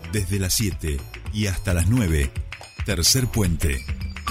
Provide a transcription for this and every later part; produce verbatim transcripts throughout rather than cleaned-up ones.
Desde las siete y hasta las nueve, Tercer Puente.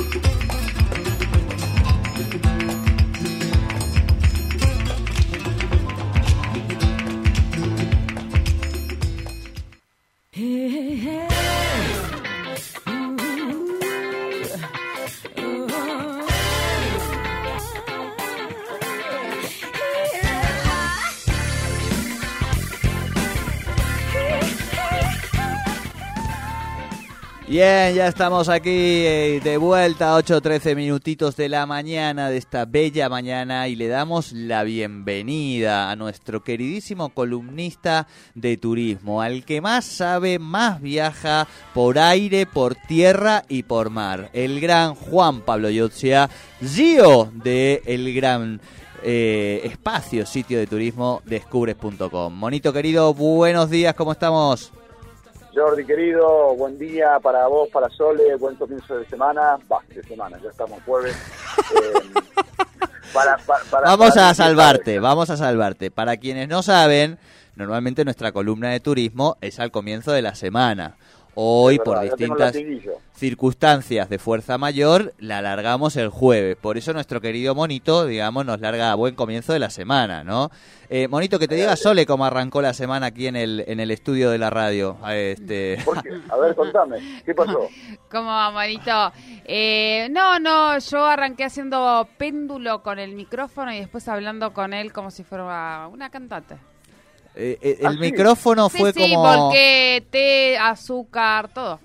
Bien, ya estamos aquí eh, de vuelta, ocho trece minutitos de la mañana, de esta bella mañana, y le damos la bienvenida a nuestro queridísimo columnista de turismo, al que más sabe, más viaja por aire, por tierra y por mar, el gran Juan Pablo Iozia, Gio de el gran eh, espacio, sitio de turismo, descubres punto com. Monito querido, buenos días, ¿cómo estamos? Jordi, querido, buen día para vos, para Sole, buen comienzo de semana, va, de semana, ya estamos jueves. Eh, para, para, para, vamos para a salvarte, sabe. vamos a salvarte. Para quienes no saben, normalmente nuestra columna de turismo es al comienzo de la semana. Hoy, verdad, por distintas circunstancias de fuerza mayor, la alargamos el jueves. Por eso nuestro querido Monito, digamos, nos larga a buen comienzo de la semana, ¿no? Eh, Monito, que te diga Sole cómo arrancó la semana aquí en el en el estudio de la radio. Este... ¿Por qué? A ver, contame, ¿qué pasó? ¿Cómo va, Monito? Eh, no, no, yo arranqué haciendo péndulo con el micrófono y después hablando con él como si fuera una cantante. Eh, eh, el ¿Ah, micrófono sí? fue sí, como... Sí, porque té, azúcar, todo.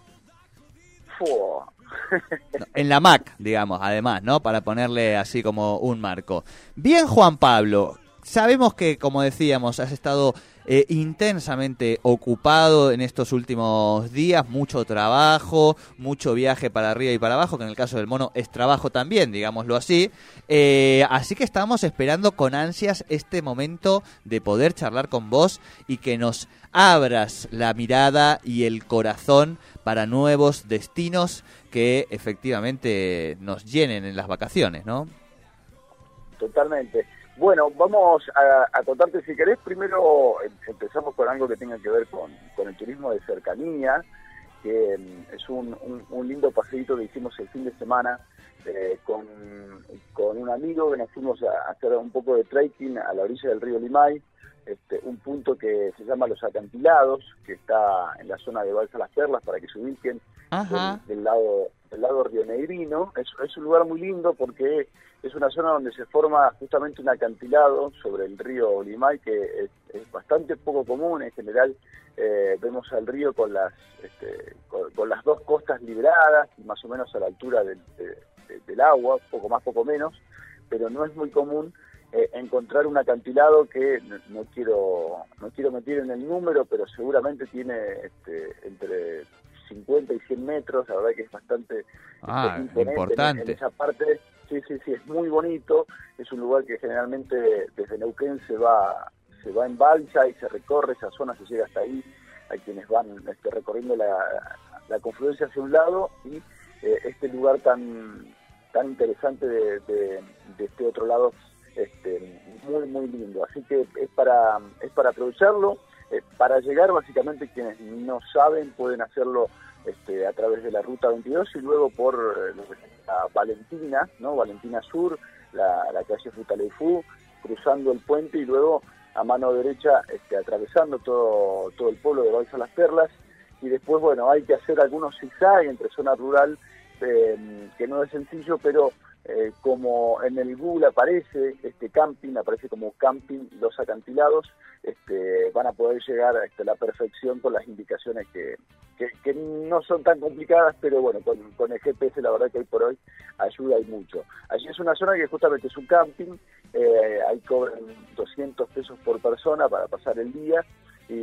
No, en la Mac, digamos, además, ¿no? Para ponerle así como un marco. Bien, Juan Pablo, sabemos que, como decíamos, has estado eh, intensamente ocupado en estos últimos días, mucho trabajo, mucho viaje para arriba y para abajo, que en el caso del mono es trabajo también, digámoslo así. Eh, así que estamos esperando con ansias este momento de poder charlar con vos y que nos abras la mirada y el corazón para nuevos destinos que efectivamente nos llenen en las vacaciones, ¿no? Totalmente. Bueno, vamos a, a contarte, si querés, primero empezamos con algo que tenga que ver con, con el turismo de cercanía, que es un, un, un lindo paseíto que hicimos el fin de semana eh, con, con un amigo que nos fuimos a hacer un poco de trekking a la orilla del río Limay, este, un punto que se llama Los Acantilados, que está en la zona de Balsa Las Perlas, para que se ubiquen del, del lado del lado rionegrino. Es, es un lugar muy lindo porque es una zona donde se forma justamente un acantilado sobre el río Limay, que es, es bastante poco común. En general eh, vemos al río con las este, con, con las dos costas liberadas, más o menos a la altura del, de, de, del agua, poco más, poco menos, pero no es muy común eh, encontrar un acantilado que no, no quiero no quiero meter en el número, pero seguramente tiene este, entre cincuenta y cien metros. La verdad que es bastante ah, este, importante en, en esa parte. Sí, sí, sí, es muy bonito. Es un lugar que generalmente desde Neuquén se va se va en balsa y se recorre esa zona, se llega hasta ahí. Hay quienes van este, recorriendo la, la confluencia hacia un lado y eh, este lugar tan tan interesante de, de, de este otro lado, este, muy muy lindo. Así que es para es para aprovecharlo. Eh, para llegar, básicamente, quienes no saben pueden hacerlo este, a través de la ruta veintidós y luego por eh, la Valentina, ¿no? Valentina Sur, la, la calle Futaleufú, cruzando el puente y luego a mano derecha este, atravesando todo todo el pueblo de Balsa Las Perlas. Y después, bueno, hay que hacer algunos zigzag entre zona rural, eh, que no es sencillo, pero eh, como en el Google aparece este camping, aparece como camping Los Acantilados, este, van a poder llegar a este, la perfección con las indicaciones que, que, que no son tan complicadas, pero bueno, con, con el G P S la verdad que hoy por hoy ayuda y mucho. Allí es una zona que justamente es un camping, eh, ahí cobran doscientos pesos por persona para pasar el día, y,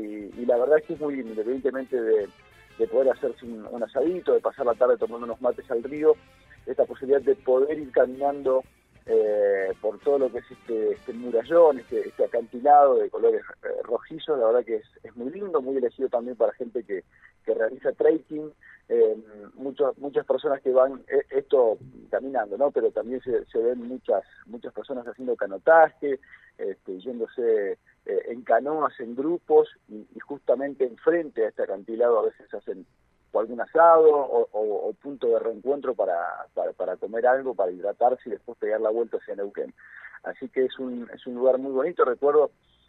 y la verdad es que es muy lindo, independientemente de, de poder hacerse un, un asadito, de pasar la tarde tomando unos mates al río, esta posibilidad de poder ir caminando eh, por todo lo que es este, este murallón, este, este acantilado de colores eh, rojizos. La verdad que es, es muy lindo, muy elegido también para gente que, que realiza trekking. Eh, muchos, muchas personas que van, eh, esto caminando, ¿no? Pero también se, se ven muchas muchas personas haciendo canotaje, este, yéndose eh, en canoas en grupos y, y justamente enfrente a este acantilado a veces hacen o algún asado o, o, o punto de reencuentro para, para, para comer algo, para hidratarse y después pegar la vuelta hacia Neuquén. Así que es un, es un lugar muy bonito. Recuerdo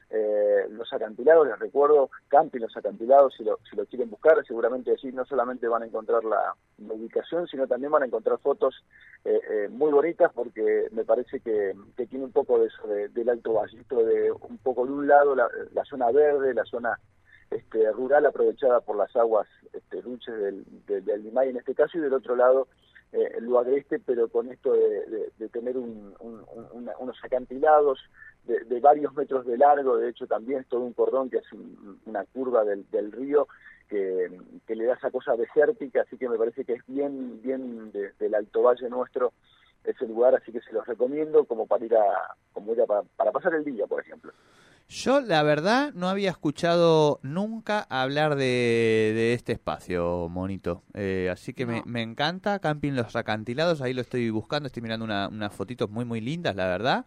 eh, los acantilados, les recuerdo camping los acantilados, si lo, si lo quieren buscar, seguramente allí no solamente van a encontrar la, la ubicación, sino también van a encontrar fotos eh, eh, muy bonitas, porque me parece que, que tiene un poco de eso, de, del Alto Valle, de un poco de un lado la, la zona verde, la zona este, rural aprovechada por las aguas este, dulces del, del, del Limay en este caso, y del otro lado eh, el lo agreste, pero con esto de, de, de tener un, un, un, unos acantilados de, de varios metros de largo. De hecho también es todo un cordón que hace un, una curva del, del río que, que le da esa cosa desértica, así que me parece que es bien, bien de, del Alto Valle nuestro ese lugar, así que se los recomiendo como para ir a, como ir a, para, para pasar el día, por ejemplo. Yo, la verdad, no había escuchado nunca hablar de, de este espacio, Monito. Eh, así que no. me, me encanta. Camping Los Acantilados, ahí lo estoy buscando, estoy mirando una, unas fotitos muy, muy lindas, la verdad.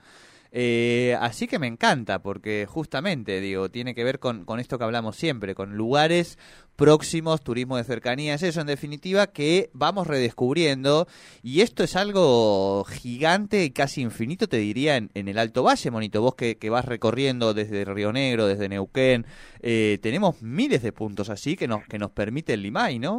Eh, así que me encanta, porque justamente, digo, tiene que ver con, con esto que hablamos siempre, con lugares próximos, turismo de cercanías, eso en definitiva que vamos redescubriendo, y esto es algo gigante y casi infinito, te diría, en, en el Alto Valle, Monito, vos que, que vas recorriendo desde Río Negro, desde Neuquén, eh, tenemos miles de puntos así que nos, que nos permite el Limay, ¿no?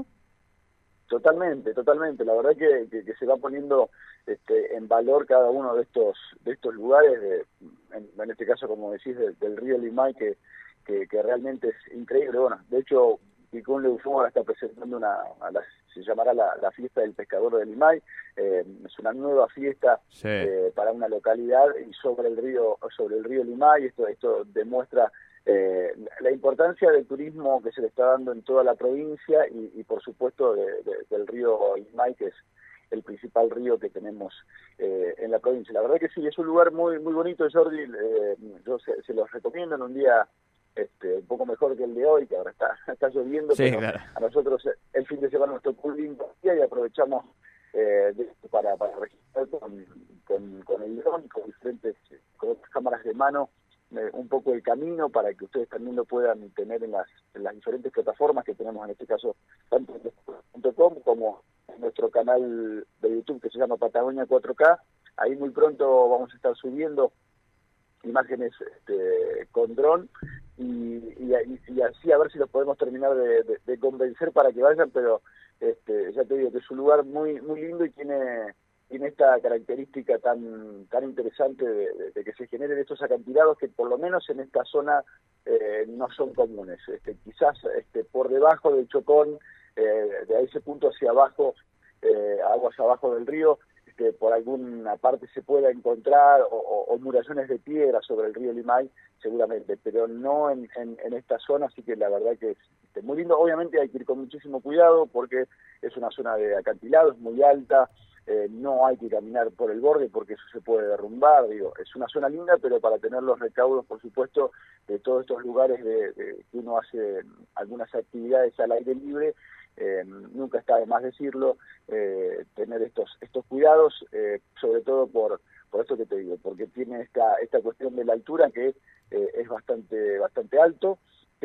Totalmente, totalmente. La verdad que, que, que se va poniendo este, en valor cada uno de estos de estos lugares, de, en, en este caso, como decís, de, del río Limay, que, que, que realmente es increíble. Bueno, de hecho, Picún Leufú está presentando una, la, se llamará la, la fiesta del pescador del Limay. Eh, es una nueva fiesta sí. eh, para una localidad y sobre el río sobre el río Limay. Esto esto demuestra Eh, la importancia del turismo que se le está dando en toda la provincia y, y por supuesto de, de, del río Limay, que es el principal río que tenemos eh, en la provincia. La verdad que sí, es un lugar muy muy bonito, Jordi. Eh, yo se, se los recomiendo en un día este, un poco mejor que el de hoy, que ahora está, está lloviendo, sí, pero claro. A nosotros el fin de semana nos tocó un lindo día y aprovechamos eh, de, para, para registrar con, con, con el dron y con diferentes con otras cámaras de mano un poco el camino para que ustedes también lo puedan tener en las, en las diferentes plataformas que tenemos, en este caso tanto en punto com como en nuestro canal de YouTube que se llama Patagonia cuatro K. Ahí muy pronto vamos a estar subiendo imágenes este, con dron y, y, y así a ver si los podemos terminar de, de, de convencer para que vayan, pero este, ya te digo que es un lugar muy muy lindo y tiene tiene esta característica tan tan interesante de, de, de que se generen estos acantilados que por lo menos en esta zona eh, no son comunes. Este, quizás este, por debajo del Chocón, eh, de ese punto hacia abajo, eh, aguas abajo del río, este, por alguna parte se pueda encontrar, o, o, o murallones de piedra sobre el río Limay, seguramente, pero no en, en, en esta zona, así que la verdad que es este, muy lindo. Obviamente hay que ir con muchísimo cuidado porque es una zona de acantilados muy alta. Eh, no hay que caminar por el borde porque eso se puede derrumbar. Digo, es una zona linda, pero para tener los recaudos, por supuesto, de todos estos lugares de, de que uno hace algunas actividades al aire libre, eh, nunca está de más decirlo, eh, tener estos estos cuidados, eh, sobre todo por por esto que te digo, porque tiene esta esta cuestión de la altura que eh, es bastante bastante alto.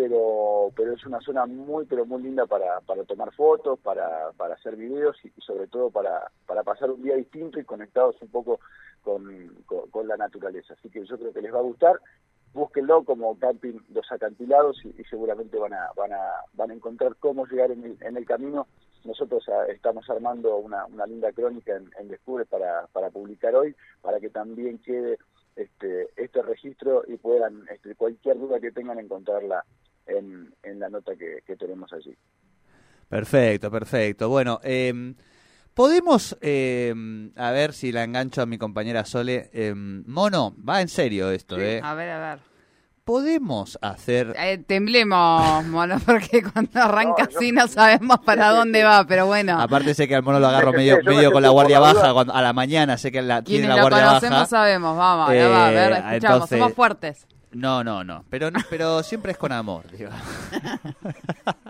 pero pero es una zona muy pero muy linda para para tomar fotos, para para hacer videos y, y sobre todo para para pasar un día distinto y conectados un poco con, con, con la naturaleza. Así que yo creo que les va a gustar. Búsquenlo como Camping Los Acantilados y, y seguramente van a van a van a encontrar cómo llegar en el, en el camino. Nosotros a, estamos armando una, una linda crónica en, en Descubre para para publicar hoy, para que también quede este este registro y puedan este, cualquier duda que tengan encontrarla en, en la nota que, que tenemos allí. Perfecto, perfecto. Bueno, eh, podemos, eh, a ver si la engancho a mi compañera Sole. Eh, Mono, va en serio esto, sí. ¿eh? A ver, a ver. ¿Podemos hacer...? Eh, temblemos, Mono, porque cuando arranca no, así no sabemos para sí, dónde sí. va, pero bueno. Aparte sé que al Mono lo agarro medio medio con la guardia baja cuando, a la mañana, sé que la, tiene la guardia baja. Quienes lo conocemos sabemos, vamos, eh, va, a ver, escuchamos, entonces, somos fuertes. No, no, no, pero pero siempre es con amor, digo.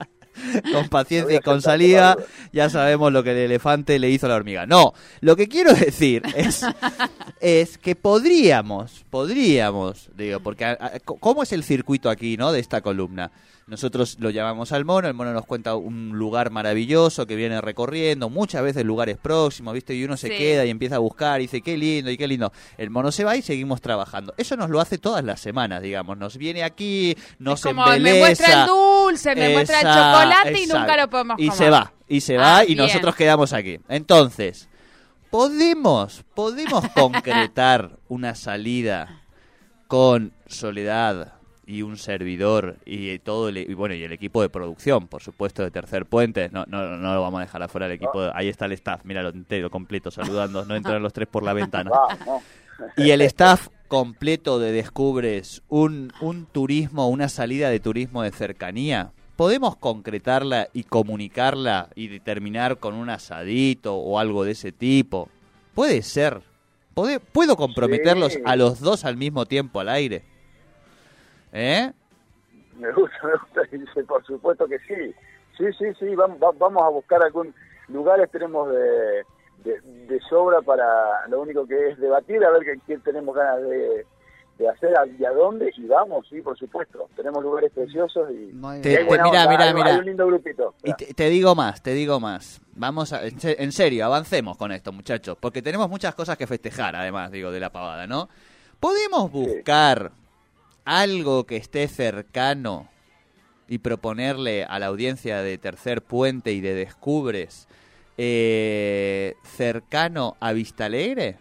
con paciencia y con saliva, ya sabemos lo que el elefante le hizo a la hormiga. No, lo que quiero decir es, es que podríamos, podríamos, digo, porque a, a, ¿cómo es el circuito aquí, no, de esta columna? Nosotros lo llamamos al mono, el mono nos cuenta un lugar maravilloso que viene recorriendo, muchas veces lugares próximos, ¿viste? Y uno se sí. queda y empieza a buscar y dice, qué lindo y qué lindo. El mono se va y seguimos trabajando. Eso nos lo hace todas las semanas, digamos. Nos viene aquí, nos es como, embeleza. Me muestra el dulce, me esa, muestra el chocolate exacto. y nunca lo podemos comer. Y se va, y se va ah, y bien. nosotros quedamos aquí. Entonces, ¿podemos, podemos concretar una salida con Soledad y un servidor y todo el, y bueno y el equipo de producción, por supuesto, de Tercer Puente? No no no lo vamos a dejar afuera el equipo. De, ahí está el staff, míralo entero, completo, saludando, no entran los tres por la ventana. Y el staff completo de Descubres, un un turismo, una salida de turismo de cercanía. ¿Podemos concretarla y comunicarla y determinar con un asadito o algo de ese tipo? Puede ser. ¿Puedo, ¿puedo comprometerlos sí. a los dos al mismo tiempo al aire? ¿Eh? Me gusta, me gusta, dice, por supuesto que sí. Sí, sí, sí, vamos, vamos a buscar algún lugar, tenemos de, de, de sobra para, lo único que es debatir, a ver qué, qué tenemos ganas de, de hacer y a dónde, y vamos, sí, por supuesto. Tenemos lugares preciosos y, te, y te, mira, mira, hay, mira. hay un lindo grupito. Y te, te digo más, te digo más. Vamos a, en serio, avancemos con esto, muchachos, porque tenemos muchas cosas que festejar, además, digo, de la pavada, ¿no? Podemos buscar... Sí. algo que esté cercano y proponerle a la audiencia de Tercer Puente y de Descubres eh, cercano a Vistalegre,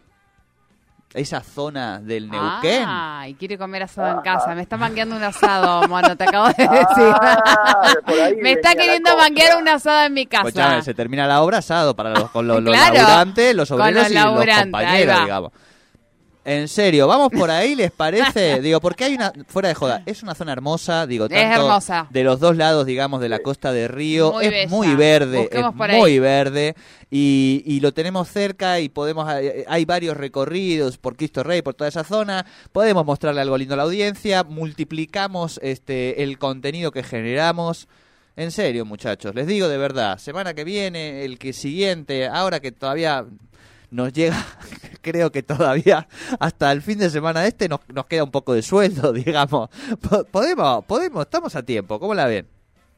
esa zona del Neuquén. Ah, y quiere comer asado ah, en casa. Me está mangueando un asado, mono, te acabo de decir. Ah, me está queriendo manguear un asado en mi casa. Pues ya, se termina la obra, asado para los, con los, claro, los laburantes, los obreros los y los compañeros, digamos. En serio, vamos por ahí, ¿les parece? Digo, porque hay una, fuera de joda, es una zona hermosa, digo, tanto es hermosa. De los dos lados, digamos, de la costa de Río, muy es bella. Muy verde, Busquemos es muy ahí. verde, y, y lo tenemos cerca y podemos, hay varios recorridos por Cristo Rey, por toda esa zona, podemos mostrarle algo lindo a la audiencia, multiplicamos este el contenido que generamos. En serio, muchachos, les digo de verdad, semana que viene, el que siguiente, ahora que todavía... nos llega, creo que todavía hasta el fin de semana este nos, nos queda un poco de sueldo, digamos. Podemos, podemos, estamos a tiempo, ¿cómo la ven?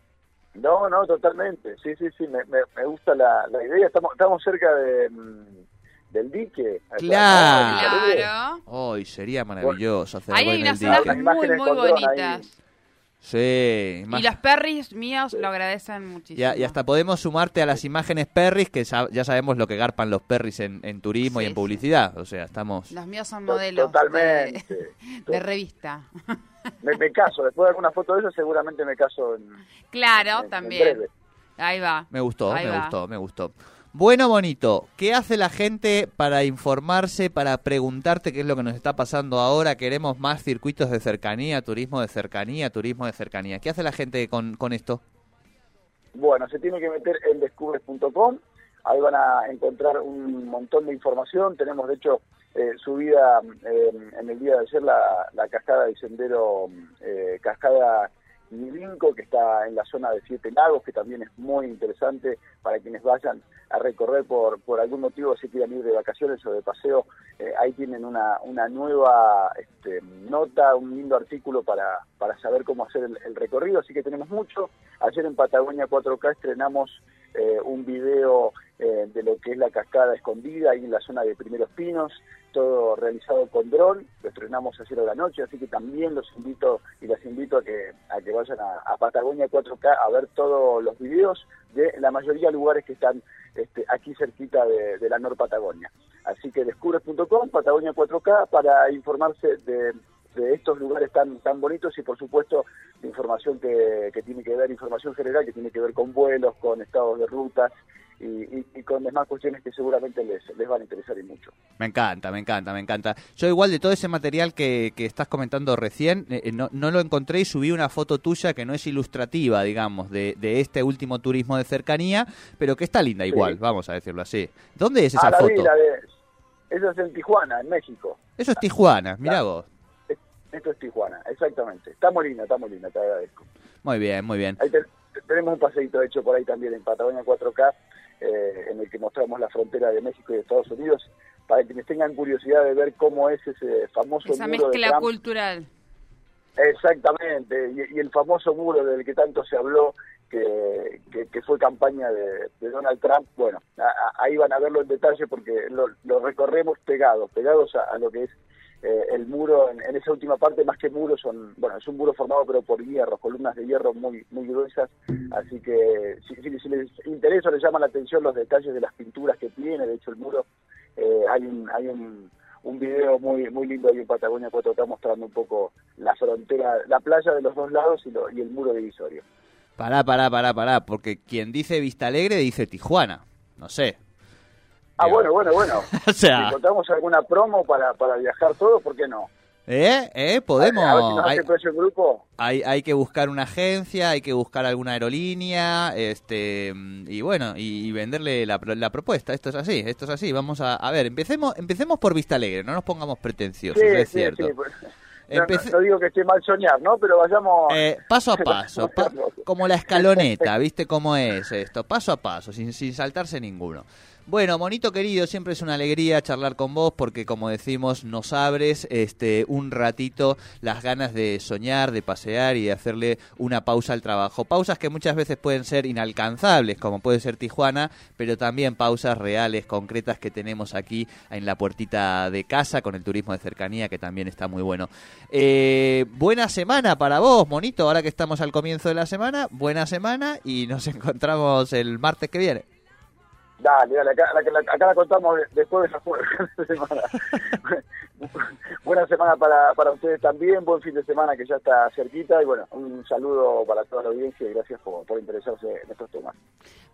No, no, totalmente, sí, sí, sí, me, me, me gusta la, la idea, estamos estamos cerca de, del dique. Claro. Claro. Hoy oh, sería maravilloso hacer ahí algo hay en el unas dique. zonas muy, muy bonitas. Ahí. Sí. Y los perris míos sí. lo agradecen muchísimo. Ya, y hasta podemos sumarte a las imágenes perris, que ya sabemos lo que garpan los perris en, en turismo sí, y en publicidad. Sí. O sea, estamos... Los míos son modelos Totalmente. De, de revista. Me, me caso, después de alguna foto de eso seguramente me caso en... Claro, en, también. En breve. Ahí va. Me gustó, Ahí me va. gustó, me gustó. Bueno, bonito, ¿qué hace la gente para informarse, para preguntarte qué es lo que nos está pasando ahora? Queremos más circuitos de cercanía, turismo de cercanía, turismo de cercanía. ¿Qué hace la gente con, con esto? Bueno, se tiene que meter en descubres punto com, ahí van a encontrar un montón de información. Tenemos, de hecho, eh, subida eh, en el día de ayer la, la cascada del sendero eh, Cascada Nivinco, que está en la zona de Siete Lagos, que también es muy interesante para quienes vayan a recorrer por por algún motivo, si quieren ir de vacaciones o de paseo. Eh, ahí tienen una una nueva este, nota, un lindo artículo para para saber cómo hacer el, el recorrido, así que tenemos mucho. Ayer en Patagonia cuatro K estrenamos eh, un video eh, de lo que es la cascada escondida ahí en la zona de Primeros Pinos, todo realizado con dron, lo estrenamos ayer a la noche, así que también los invito y las invito a que a que vayan a, a Patagonia cuatro K a ver todos los videos de la mayoría de lugares que están este, aquí cerquita de, de la Nor Patagonia. Así que descubres punto com, Patagonia cuatro K, para informarse de, de estos lugares tan tan bonitos y por supuesto de información que, que tiene que ver, información general que tiene que ver con vuelos, con estados de rutas, Y, y, y con demás cuestiones que seguramente les, les van a interesar y mucho. Me encanta, me encanta, me encanta. Yo igual de todo ese material que, que estás comentando recién, eh, no, no lo encontré y subí una foto tuya que no es ilustrativa, digamos, de, de este último turismo de cercanía, pero que está linda igual, sí. Vamos a decirlo así. ¿Dónde es esa ah, la foto? Vi, la de, eso es en Tijuana, en México. Eso es Tijuana, mirá ah, vos. Esto es Tijuana, exactamente. Está muy linda, está muy linda, te agradezco. Muy bien, muy bien. Ahí te, tenemos un paseíto hecho por ahí también en Patagonia cuatro K, eh, en el que mostramos la frontera de México y de Estados Unidos, para quienes tengan curiosidad de ver cómo es ese famoso Esa muro de mezcla Trump. cultural. Exactamente, y, y el famoso muro del que tanto se habló, que, que, que fue campaña de, de Donald Trump. Bueno, a, a, ahí van a verlo en detalle porque lo, lo recorremos pegados, pegados a, a lo que es eh, el muro, en, en esa última parte, más que muro, son, bueno, es un muro formado pero por hierro, columnas de hierro muy muy gruesas, así que si, si, si les interesa, les llama la atención los detalles de las pinturas que tiene. De hecho el muro, eh, hay un... Hay un un video muy muy lindo ahí en Patagonia cuatro K mostrando un poco la frontera, la playa de los dos lados y, lo, y el muro divisorio. Pará, pará, pará, pará, porque quien dice Vista Alegre dice Tijuana, no sé. Ah, Digo, bueno, bueno, bueno. o sea, Si encontramos alguna promo para, para viajar todos, ¿por qué no? ¿Eh? ¿Eh? Podemos... A ver si nos hay, hace precio el grupo. hay, hay que buscar una agencia, hay que buscar alguna aerolínea, este y bueno, y, y venderle la, la propuesta. Esto es así, esto es así. Vamos a, a ver, empecemos empecemos por Vista Alegre, no nos pongamos pretenciosos, Sí, es sí, cierto. sí, pues, no, Empece- no, no digo que esté mal soñar, ¿no? Pero vayamos... Eh, paso a paso, pa- como la escaloneta, ¿viste cómo es esto? Paso a paso, sin, sin saltarse ninguno. Bueno, monito querido, siempre es una alegría charlar con vos porque, como decimos, nos abres este un ratito las ganas de soñar, de pasear y de hacerle una pausa al trabajo. Pausas que muchas veces pueden ser inalcanzables, como puede ser Tijuana, pero también pausas reales, concretas que tenemos aquí en la puertita de casa con el turismo de cercanía, que también está muy bueno. Eh, buena semana para vos, monito, ahora que estamos al comienzo de la semana, buena semana y nos encontramos el martes que viene. Dale, dale, acá, acá, acá la contamos después de la semana. Buena semana para, para ustedes también, buen fin de semana que ya está cerquita y bueno, un saludo para toda la audiencia y gracias por, por interesarse en estos temas.